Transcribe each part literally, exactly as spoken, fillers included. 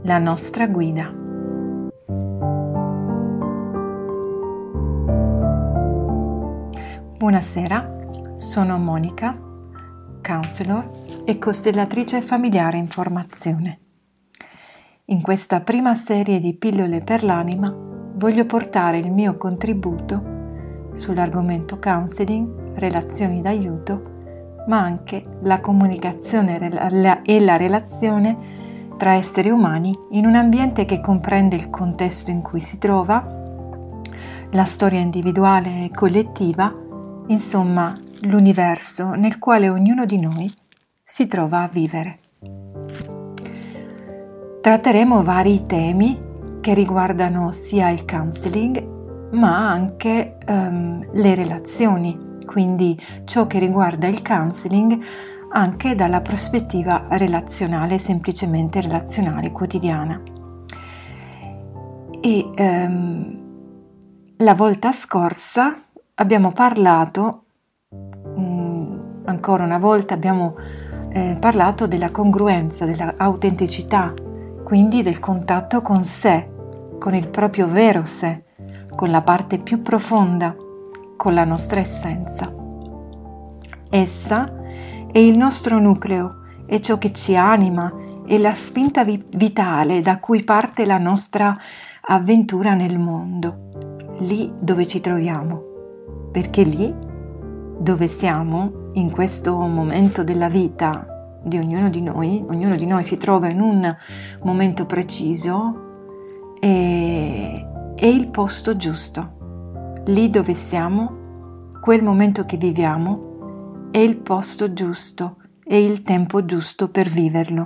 la nostra guida. Buonasera, sono Monica, counselor e costellatrice familiare in formazione. In questa prima serie di pillole per l'anima voglio portare il mio contributo sull'argomento counseling, relazioni d'aiuto, ma anche la comunicazione e la relazione tra esseri umani in un ambiente che comprende il contesto in cui si trova, la storia individuale e collettiva, insomma l'universo nel quale ognuno di noi si trova a vivere. Tratteremo vari temi che riguardano sia il counseling ma anche um, le relazioni, quindi ciò che riguarda il counseling anche dalla prospettiva relazionale, semplicemente relazionale, quotidiana. E um, la volta scorsa abbiamo parlato, um, ancora una volta abbiamo eh, parlato della congruenza, dell'autenticità, quindi del contatto con sé, con il proprio vero sé, con la parte più profonda, con la nostra essenza. Essa è il nostro nucleo, è ciò che ci anima, è la spinta vi- vitale da cui parte la nostra avventura nel mondo, lì dove ci troviamo, perché lì dove siamo, in questo momento della vita di ognuno di noi, ognuno di noi si trova in un momento preciso, e è il posto giusto. Lì dove siamo, quel momento che viviamo, è il posto giusto, è il tempo giusto per viverlo.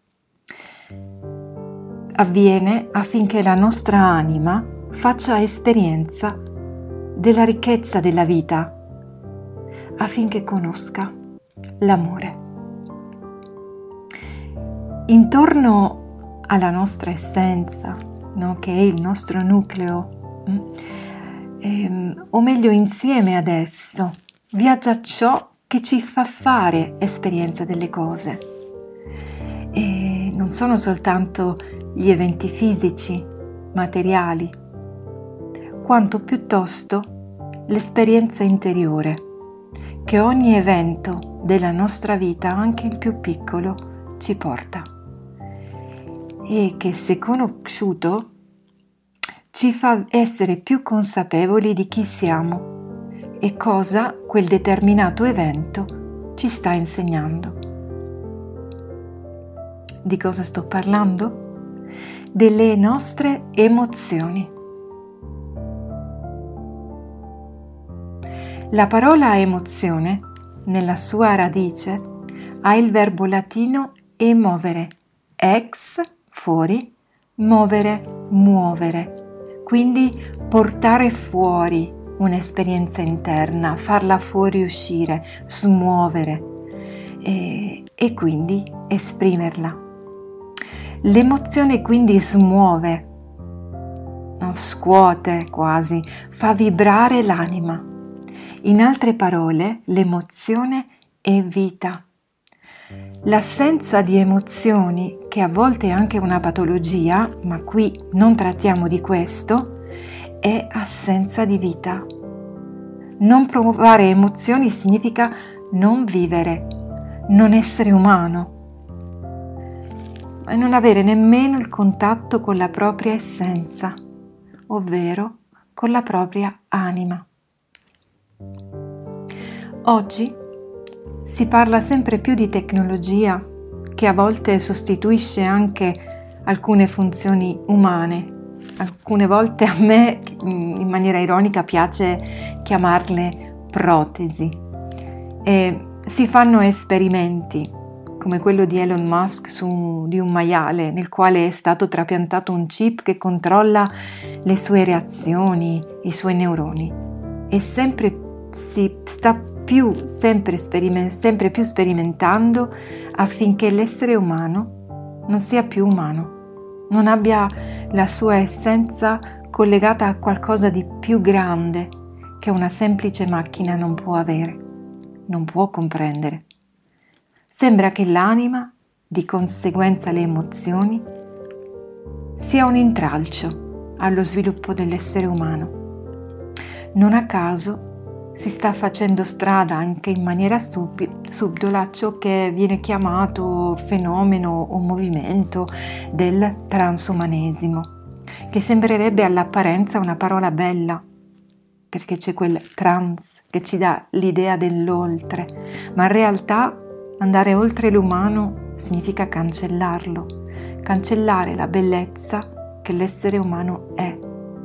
Avviene affinché la nostra anima faccia esperienza della ricchezza della vita, affinché conosca l'amore. Intorno alla nostra essenza, no, che è il nostro nucleo, mh, ehm, o meglio insieme ad esso, viaggia ciò che ci fa fare esperienza delle cose. E non sono soltanto gli eventi fisici, materiali, quanto piuttosto l'esperienza interiore che ogni evento della nostra vita, anche il più piccolo, ci porta, e che, se conosciuto, ci fa essere più consapevoli di chi siamo e cosa quel determinato evento ci sta insegnando. Di cosa sto parlando? Delle nostre emozioni. La parola emozione, nella sua radice, ha il verbo latino emovere, ex, fuori, movere, muovere, quindi portare fuori un'esperienza interna, farla fuoriuscire, smuovere e, e quindi esprimerla. L'emozione quindi smuove, no, scuote quasi, fa vibrare l'anima. In altre parole, l'emozione è vita. L'assenza di emozioni, che a volte è anche una patologia, ma qui non trattiamo di questo, è assenza di vita. Non provare emozioni significa non vivere, non essere umano e non avere nemmeno il contatto con la propria essenza, ovvero con la propria anima. Oggi si parla sempre più di tecnologia, che a volte sostituisce anche alcune funzioni umane. Alcune volte a me, in maniera ironica, piace chiamarle protesi. E si fanno esperimenti, come quello di Elon Musk su di un maiale, nel quale è stato trapiantato un chip che controlla le sue reazioni, i suoi neuroni. E sempre si sta più, sempre, sperime, sempre più sperimentando affinché l'essere umano non sia più umano, non abbia la sua essenza collegata a qualcosa di più grande che una semplice macchina non può avere, non può comprendere. Sembra che l'anima, di conseguenza le emozioni, sia un intralcio allo sviluppo dell'essere umano. Non a caso si sta facendo strada anche in maniera sub- subdola ciò che viene chiamato fenomeno o movimento del transumanesimo, che sembrerebbe all'apparenza una parola bella, perché c'è quel trans che ci dà l'idea dell'oltre, ma in realtà andare oltre l'umano significa cancellarlo, cancellare la bellezza che l'essere umano è.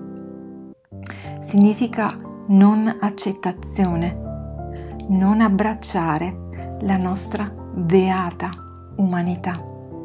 Significa non accettazione, non abbracciare la nostra beata umanità.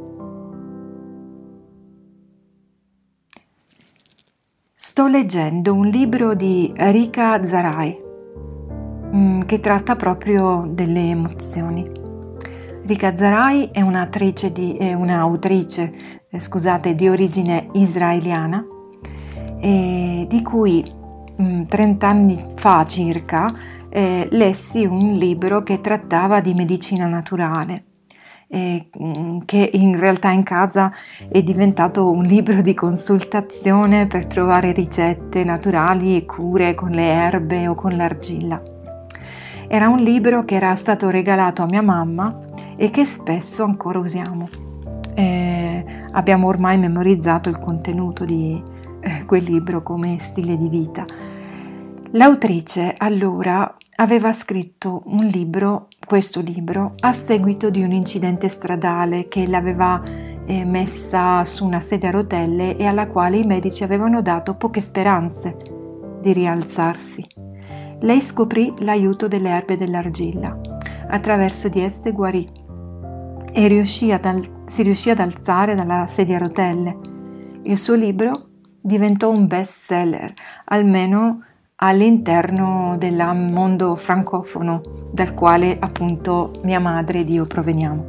Sto leggendo un libro di Rika Hazarai mh, che tratta proprio delle emozioni. Rika Hazarai è un'attrice di, è un'autrice eh, scusate, di origine israeliana, e di cui mh, trenta anni fa circa eh, lessi un libro che trattava di medicina naturale, eh, che in realtà in casa è diventato un libro di consultazione per trovare ricette naturali e cure con le erbe o con l'argilla. Era un libro che era stato regalato a mia mamma e che spesso ancora usiamo. Eh, abbiamo ormai memorizzato il contenuto di eh, quel libro come stile di vita. L'autrice allora aveva scritto un libro, questo libro, a seguito di un incidente stradale che l'aveva eh, messa su una sedia a rotelle e alla quale i medici avevano dato poche speranze di rialzarsi. Lei scoprì l'aiuto delle erbe dell'argilla, attraverso di esse guarì e riuscì ad al- si riuscì ad alzare dalla sedia a rotelle. Il suo libro diventò un best seller, almeno all'interno del mondo francofono dal quale appunto mia madre ed io proveniamo.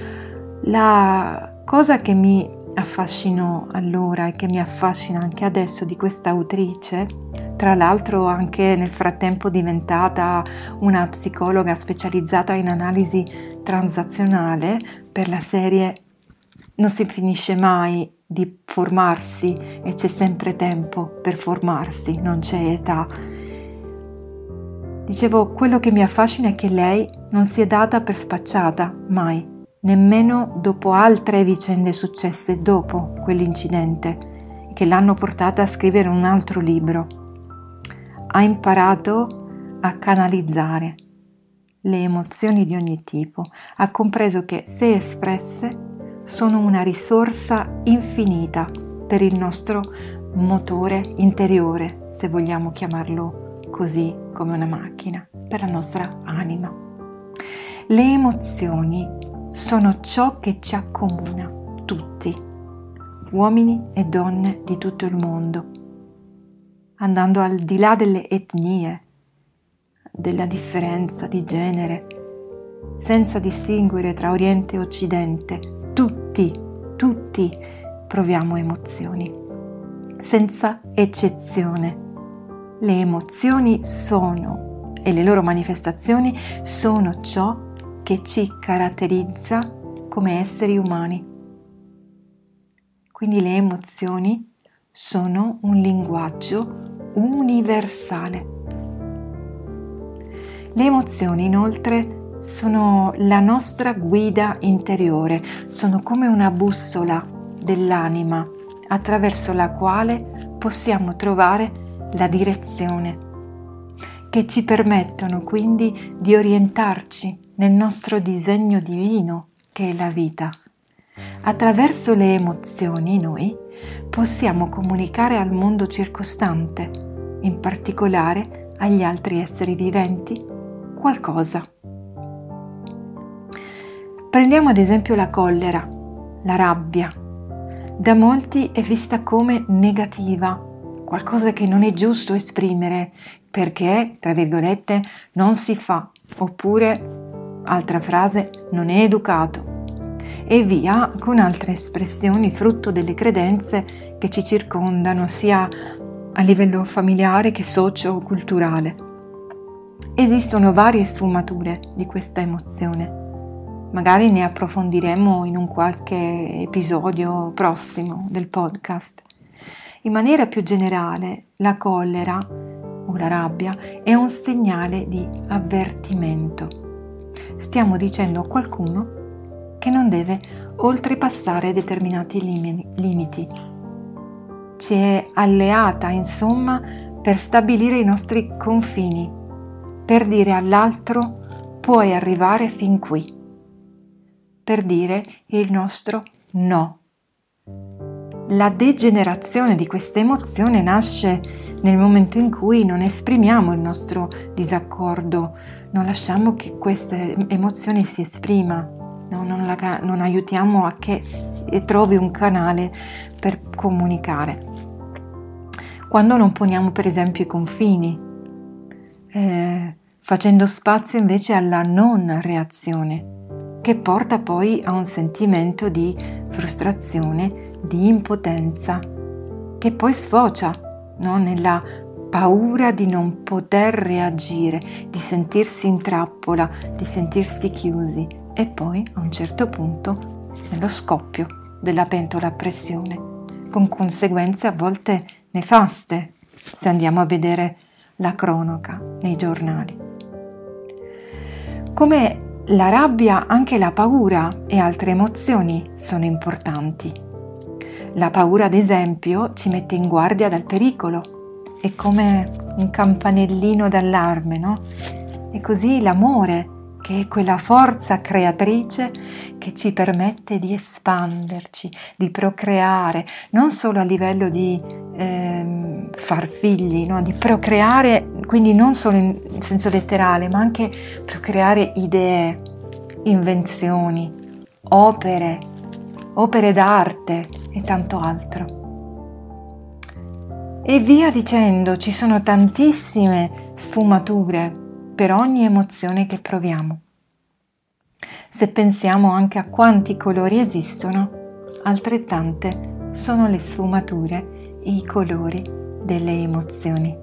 La cosa che mi affascinò allora e che mi affascina anche adesso di questa autrice, tra l'altro anche nel frattempo diventata una psicologa specializzata in analisi transazionale per la serie Non si finisce mai di formarsi e c'è sempre tempo per formarsi, non c'è età. Dicevo, quello che mi affascina è che lei non si è data per spacciata, mai, nemmeno dopo altre vicende successe dopo quell'incidente, che l'hanno portata a scrivere un altro libro. Ha imparato a canalizzare le emozioni di ogni tipo, ha compreso che, se espresse, sono una risorsa infinita per il nostro motore interiore, se vogliamo chiamarlo così, come una macchina, per la nostra anima. Le emozioni sono ciò che ci accomuna tutti, uomini e donne di tutto il mondo, andando al di là delle etnie, della differenza di genere, senza distinguere tra Oriente e Occidente. Tutti, tutti proviamo emozioni, senza eccezione. Le emozioni sono, e le loro manifestazioni sono ciò che ci caratterizza come esseri umani. Quindi le emozioni sono un linguaggio universale. Le emozioni, inoltre, sono la nostra guida interiore, sono come una bussola dell'anima attraverso la quale possiamo trovare la direzione, che ci permettono quindi di orientarci nel nostro disegno divino che è la vita. Attraverso le emozioni noi possiamo comunicare al mondo circostante, in particolare agli altri esseri viventi, qualcosa. Prendiamo ad esempio la collera, la rabbia. Da molti è vista come negativa, qualcosa che non è giusto esprimere perché, tra virgolette, non si fa, oppure, altra frase, non è educato, e via con altre espressioni frutto delle credenze che ci circondano sia a livello familiare che socio-culturale. Esistono varie sfumature di questa emozione, Magari ne approfondiremo in un qualche episodio prossimo del podcast. In maniera più generale, la collera o la rabbia è un segnale di avvertimento. Stiamo dicendo a qualcuno che non deve oltrepassare determinati limiti. Ci è alleata, insomma, per stabilire i nostri confini, per dire all'altro puoi arrivare fin qui, per dire il nostro no. La degenerazione di questa emozione nasce nel momento in cui non esprimiamo il nostro disaccordo, non lasciamo che questa emozione si esprima, no? non, la, non aiutiamo a che si trovi un canale per comunicare. Quando non poniamo per esempio i confini, eh, facendo spazio invece alla non reazione, che porta poi a un sentimento di frustrazione, di impotenza, che poi sfocia, no? nella paura di non poter reagire, di sentirsi in trappola, di sentirsi chiusi e poi a un certo punto nello scoppio della pentola a pressione, con conseguenze a volte nefaste se andiamo a vedere la cronaca nei giornali. Come la rabbia, anche la paura e altre emozioni sono importanti. La paura, ad esempio, ci mette in guardia dal pericolo, è come un campanellino d'allarme, no? E così l'amore, che è quella forza creatrice che ci permette di espanderci, di procreare, non solo a livello di ehm, far figli, no? Di procreare, quindi non solo in senso letterale, ma anche procreare idee, invenzioni, opere, opere d'arte e tanto altro. E via dicendo, ci sono tantissime sfumature per ogni emozione che proviamo. Se pensiamo anche a quanti colori esistono, altrettante sono le sfumature e i colori delle emozioni.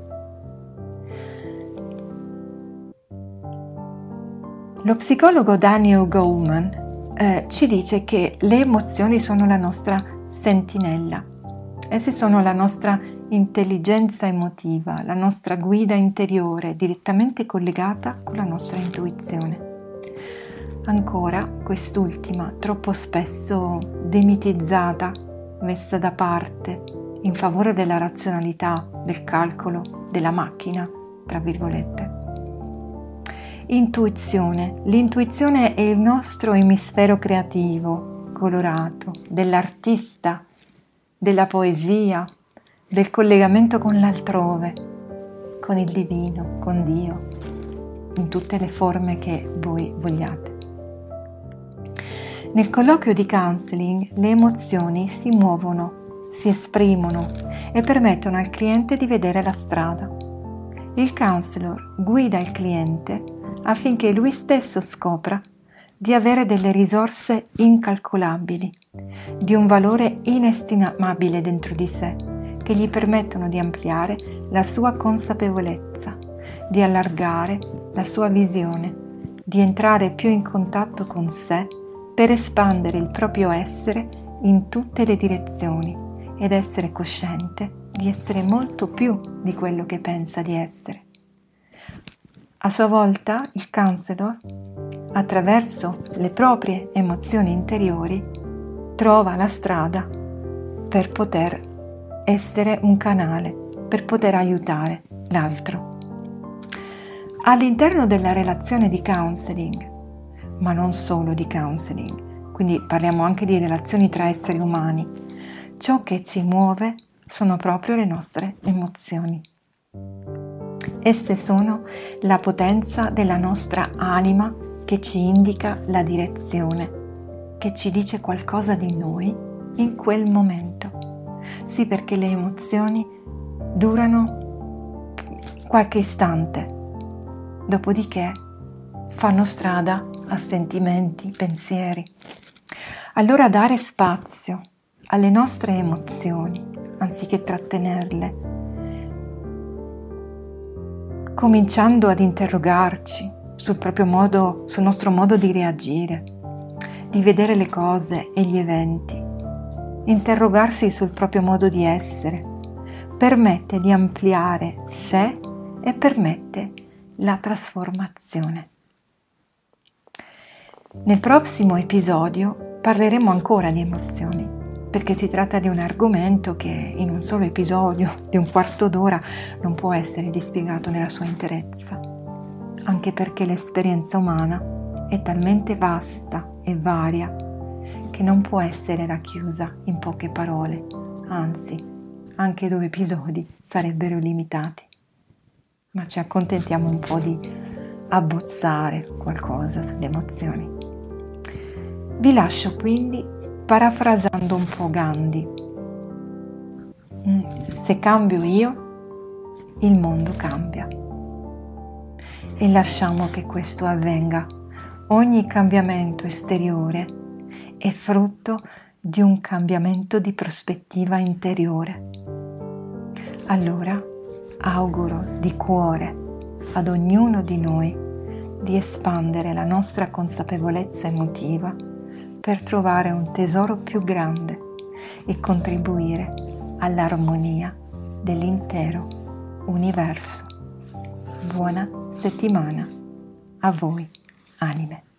Lo psicologo Daniel Goleman eh, ci dice che le emozioni sono la nostra sentinella. Esse sono la nostra intelligenza emotiva, la nostra guida interiore direttamente collegata con la nostra intuizione. Ancora, quest'ultima, troppo spesso demitizzata, messa da parte in favore della razionalità, del calcolo, della macchina, tra virgolette. Intuizione. L'intuizione è il nostro emisfero creativo, colorato, dell'artista, della poesia, del collegamento con l'altrove, con il divino, con Dio, in tutte le forme che voi vogliate. Nel colloquio di counseling le emozioni si muovono, si esprimono e permettono al cliente di vedere la strada. Il counselor guida il cliente affinché lui stesso scopra di avere delle risorse incalcolabili, di un valore inestimabile dentro di sé, che gli permettono di ampliare la sua consapevolezza, di allargare la sua visione, di entrare più in contatto con sé per espandere il proprio essere in tutte le direzioni ed essere cosciente di essere molto più di quello che pensa di essere. A sua volta il counselor, attraverso le proprie emozioni interiori, trova la strada per poter essere un canale, per poter aiutare l'altro. All'interno della relazione di counseling, ma non solo di counseling, quindi parliamo anche di relazioni tra esseri umani, ciò che ci muove sono proprio le nostre emozioni. Esse sono la potenza della nostra anima che ci indica la direzione, che ci dice qualcosa di noi in quel momento. Sì, perché le emozioni durano qualche istante, dopodiché fanno strada a sentimenti, pensieri. Allora dare spazio alle nostre emozioni, anziché trattenerle, cominciando ad interrogarci sul proprio modo, sul nostro modo di reagire, di vedere le cose e gli eventi, interrogarsi sul proprio modo di essere, permette di ampliare sé e permette la trasformazione. Nel prossimo episodio parleremo ancora di emozioni, perché si tratta di un argomento che in un solo episodio di un quarto d'ora non può essere dispiegato nella sua interezza, anche perché l'esperienza umana è talmente vasta e varia che non può essere racchiusa in poche parole, anzi, anche due episodi sarebbero limitati. Ma ci accontentiamo un po' di abbozzare qualcosa sulle emozioni. Vi lascio quindi parafrasando un po' Gandhi. Se cambio io, il mondo cambia. E lasciamo che questo avvenga. Ogni cambiamento esteriore è frutto di un cambiamento di prospettiva interiore. Allora auguro di cuore ad ognuno di noi di espandere la nostra consapevolezza emotiva per trovare un tesoro più grande e contribuire all'armonia dell'intero universo. Buona settimana a voi, anime.